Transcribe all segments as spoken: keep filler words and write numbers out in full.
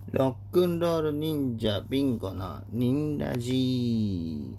ロックンロール忍者ビンゴのニンラジー。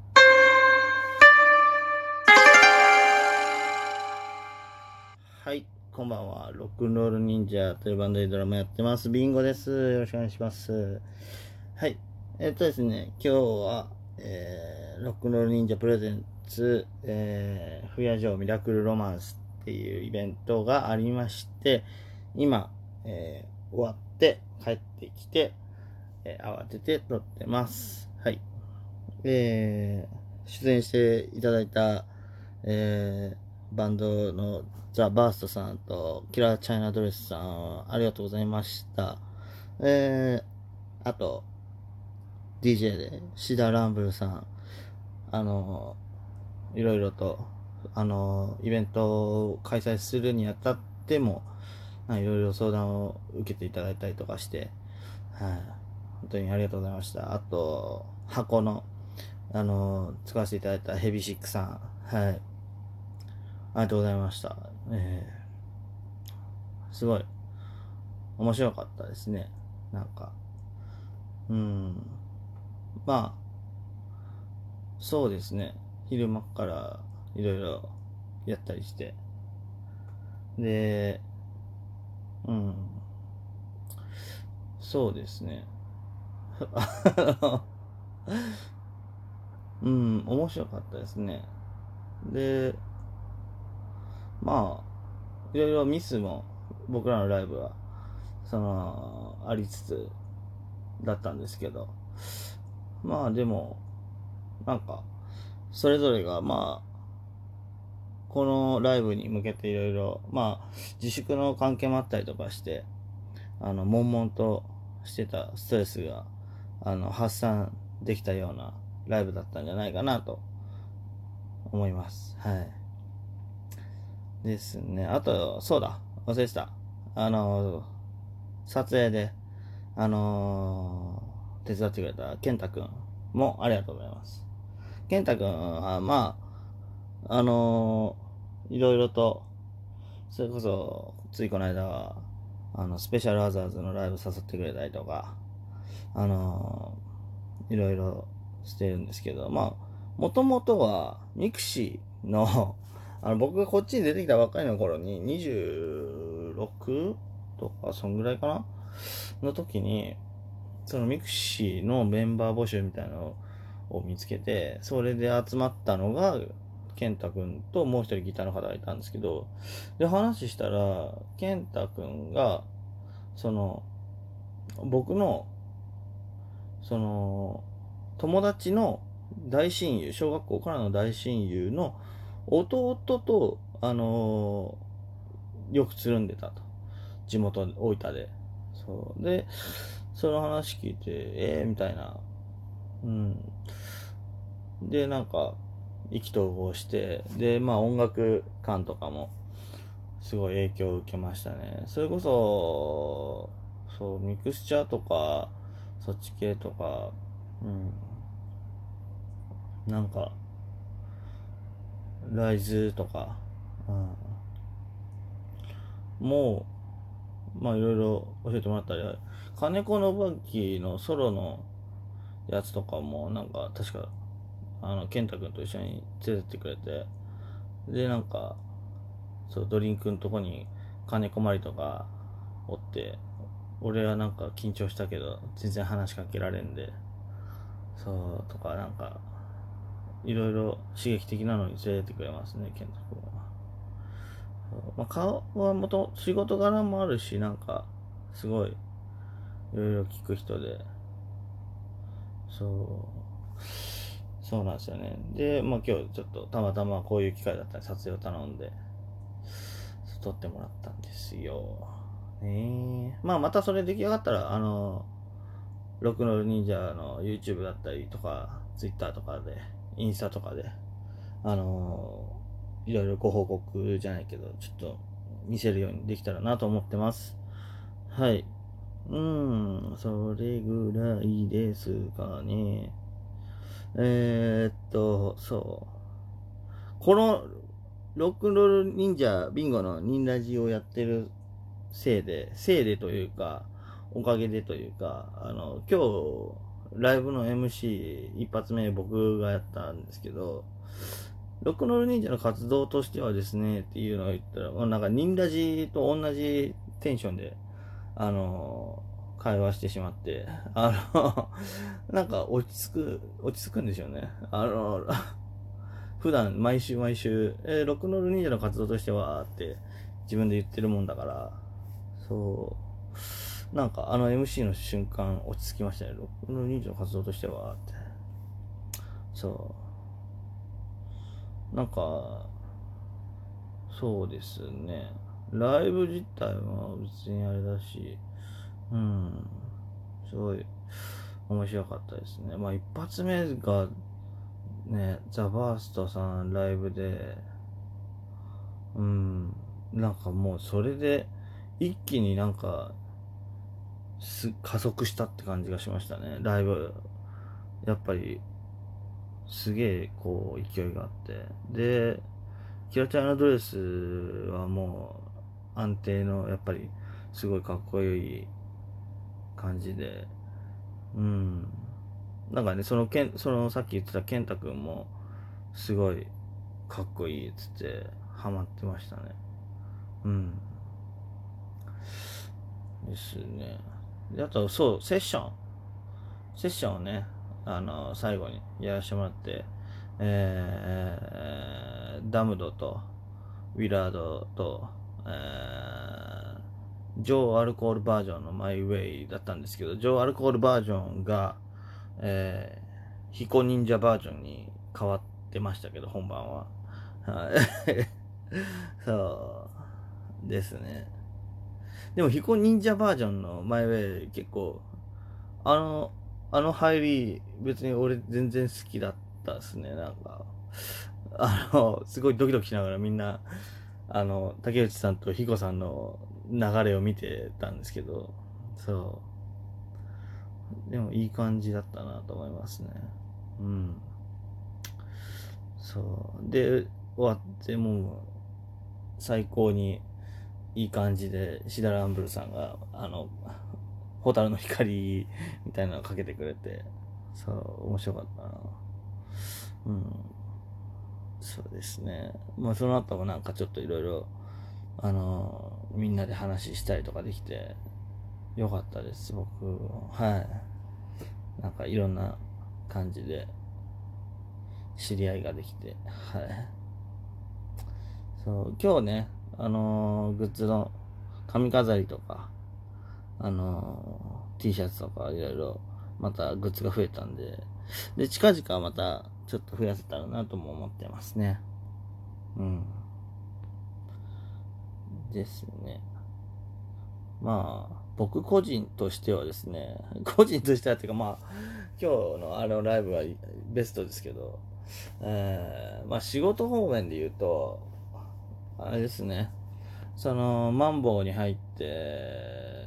はい、こんばんは。ロックンロール忍者というバンドでドラマやってます。ビンゴです。よろしくお願いします。はい。えっとですね、今日は、えー、ロックンロール忍者プレゼンツ、えー、不夜城ミラクルロマンスっていうイベントがありまして、今、えー、終わって帰ってきて、えー、慌てて撮ってます。はい。えー、出演していただいた、えー、バンドのザ・バーストさんとキラーチャイナドレスさん、ありがとうございました。えー、あと、ディージェー でシダ・ランブルさん、あの、いろいろと、あの、イベントを開催するにあたっても、いろいろ相談を受けていただいたりとかして、はい、本当にありがとうございました。あと、箱の、あの、使わせていただいたヘビシックさん、はい、ありがとうございました。えー、すごい、面白かったですね。なんか、うん、まあ、そうですね。昼間からいろいろやったりして、で、うん、そうですね。うん、面白かったですね。で、まあ、いろいろミスも僕らのライブは、その、ありつつだったんですけど、まあでも、なんか、それぞれが、まあ、このライブに向けていろいろ、まあ、自粛の関係もあったりとかして、あの、悶々としてたストレスが、あの、発散できたようなライブだったんじゃないかなと思います。はい。ですね。あと、そうだ、忘れてた。あの、撮影で、あのー手伝ってくれた健太くんもありがとうございます。健太くんは、まあ、あのーいろいろと、それこそ、ついこの間は、あの、スペシャルアザーズのライブ誘ってくれたりとか、あのーいろいろしてるんですけど、まあ、もともとは、ミクシーの、あの、僕がこっちに出てきたばっかりの頃に、にじゅうろくとか、そんぐらいかなの時に、そのミクシーのメンバー募集みたいなのを見つけて、それで集まったのが、健太くんともう一人ギターの方がいたんですけど、で、話したら、健太くんが、その、僕の、その、友達の大親友、小学校からの大親友の弟と、あのーよくつるんでたと。地元、大分で。そう。で、その話聞いて、ええー、みたいな。うん。で、なんか、意気投合して、で、まあ音楽館とかも、すごい影響を受けましたね。それこそ、そう、ミクスチャーとか、そっち系とか、うん、なんか、ライズとか、うん、もう、まあいろいろ教えてもらったり、金子信明のソロのやつとかも、なんか、確か、あの、健太君と一緒に連れてってくれて、で、なんか、そう、ドリンクのとこに金子まりとかおって、俺はなんか緊張したけど、全然話しかけられんで、そう、とか、なんか、いろいろ刺激的なのに連れてってくれますね、健太君は。まあ、顔はもと仕事柄もあるし、なんか、すごい、いろいろ聞く人で、そう、そうなんですよね。で、まあ今日ちょっとたまたまこういう機会だったら撮影を頼んで、撮ってもらったんですよ。ねえ。まあまたそれ出来上がったら、あの、ロックノール忍者の YouTube だったりとか、Twitter とかで、インスタとかで、あのいろいろご報告じゃないけど、ちょっと見せるようにできたらなと思ってます。はい。うん、それぐらいですかね。えー、っと、そう。この、ロックンロール忍者ビンゴの忍ラジをやってるせいで、せいでというか、 おかげでというか、あの、今日、ライブの エムシー 一発目僕がやったんですけど、ロックノール忍者の活動としてはですね、っていうのを言ったら、もうなんか、ニンラジと同じテンションで、あの、会話してしまって、あの、なんか落ち着く、落ち着くんでしょうね。あの、普段毎週毎週、えー、ロックノール忍者の活動としては、って自分で言ってるもんだから、そう、なんかあの エムシー の瞬間落ち着きましたね。ロックノール忍者の活動としては、って。そう。なんか、そうですね。ライブ自体は別にあれだし、うん、すごい面白かったですね。まあ一発目がね、ザ・バーストさんライブで、うん、なんかもうそれで一気になんかす加速したって感じがしましたね。ライブ、やっぱりすげえこう勢いがあって。で、キラチャイナドレスはもう安定のやっぱりすごいかっこいい感じで、うん。なんかね、そのけん、そのさっき言ってた健太くんもすごいかっこいいっつってハマってましたね。うん。ですね。で、あと、そう、セッション。セッションをね、あの、最後にやらせてもらって、えー、ダムドと、ウィラードと、えー、ジョーアルコールバージョンのマイウェイだったんですけど、ジョーアルコールバージョンが、えー、ヒコ忍者バージョンに変わってましたけど、本番は。はい。そうですね。でも、ヒコ忍者バージョンのマイウェイ結構、あの、あの入り、別に俺全然好きだったですね、なんか。あの、すごいドキドキしながらみんな、あの、竹内さんとヒコさんの流れを見てたんですけど、そう。でもいい感じだったなと思いますね。うん。そう。で、終わってもう、最高にいい感じで、シダランブルさんが、あの、ホタルの光みたいなのをかけてくれて、そう、面白かったな。うん。そうですね。まあ、その後もなんかちょっといろいろ、あのー、みんなで話したりとかできて、よかったです、僕。はい。なんかいろんな感じで、知り合いができて、はい。そう、今日ね、あのー、グッズの髪飾りとか、あのー、T シャツとかいろいろ、またグッズが増えたんで、で、近々またちょっと増やせたらなとも思ってますね。うん。ですね。まあ、僕個人としてはですね、個人としてはっていうかまあ、今日のあのライブはベストですけど、えー、まあ仕事方面で言うと、あれですね、その、マンボウに入って、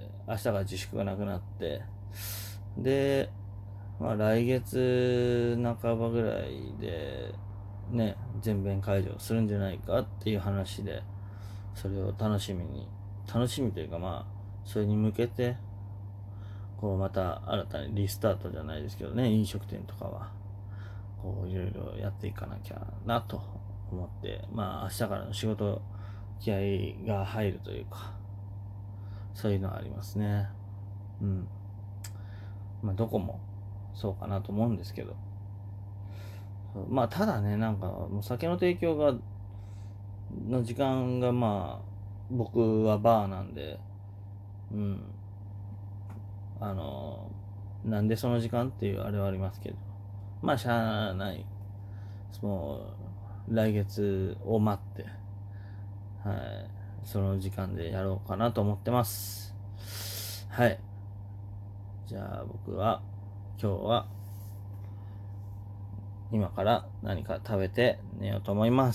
明日から自粛がなくなって、で、まあ来月半ばぐらいで、ね、全面解除するんじゃないかっていう話で、それを楽しみに、楽しみというかまあ、それに向けて、こうまた新たにリスタートじゃないですけどね、飲食店とかは、こういろいろやっていかなきゃなと思って、まあ明日からの仕事、気合が入るというか、そういうのはありますね。うん。まあどこもそうかなと思うんですけど、まあただね、なんかもう酒の提供が、の時間がまあ、僕はバーなんで、うん、あの、なんでその時間っていうあれはありますけど、まあしゃあない。もう、来月を待って、はい、その時間でやろうかなと思ってます。はい。じゃあ僕は、今日は、今から何か食べて寝ようと思います。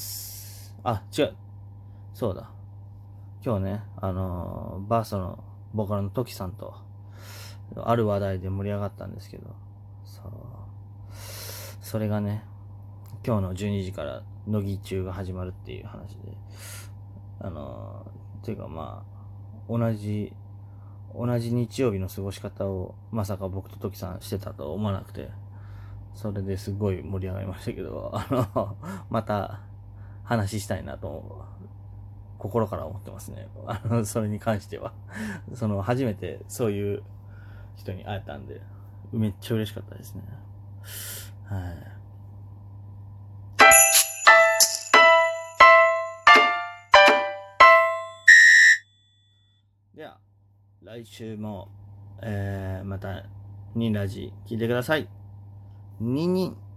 あ、違う。そうだ。今日ね、あのー、バーストのボーカルのトキさんと、ある話題で盛り上がったんですけど、そう。それがね、今日のじゅうにじから乃木中が始まるっていう話で、あのー、ていうかまあ、同じ同じ日曜日の過ごし方をまさか僕とトキさんしてたとは思わなくて、それですごい盛り上がりましたけど、あの、また話したいなと、心から思ってますね。あの、それに関しては。その、初めてそういう人に会えたんで、めっちゃ嬉しかったですね。はい。では、来週も、えー、また、ニンラジ聞いてください。ニンニン。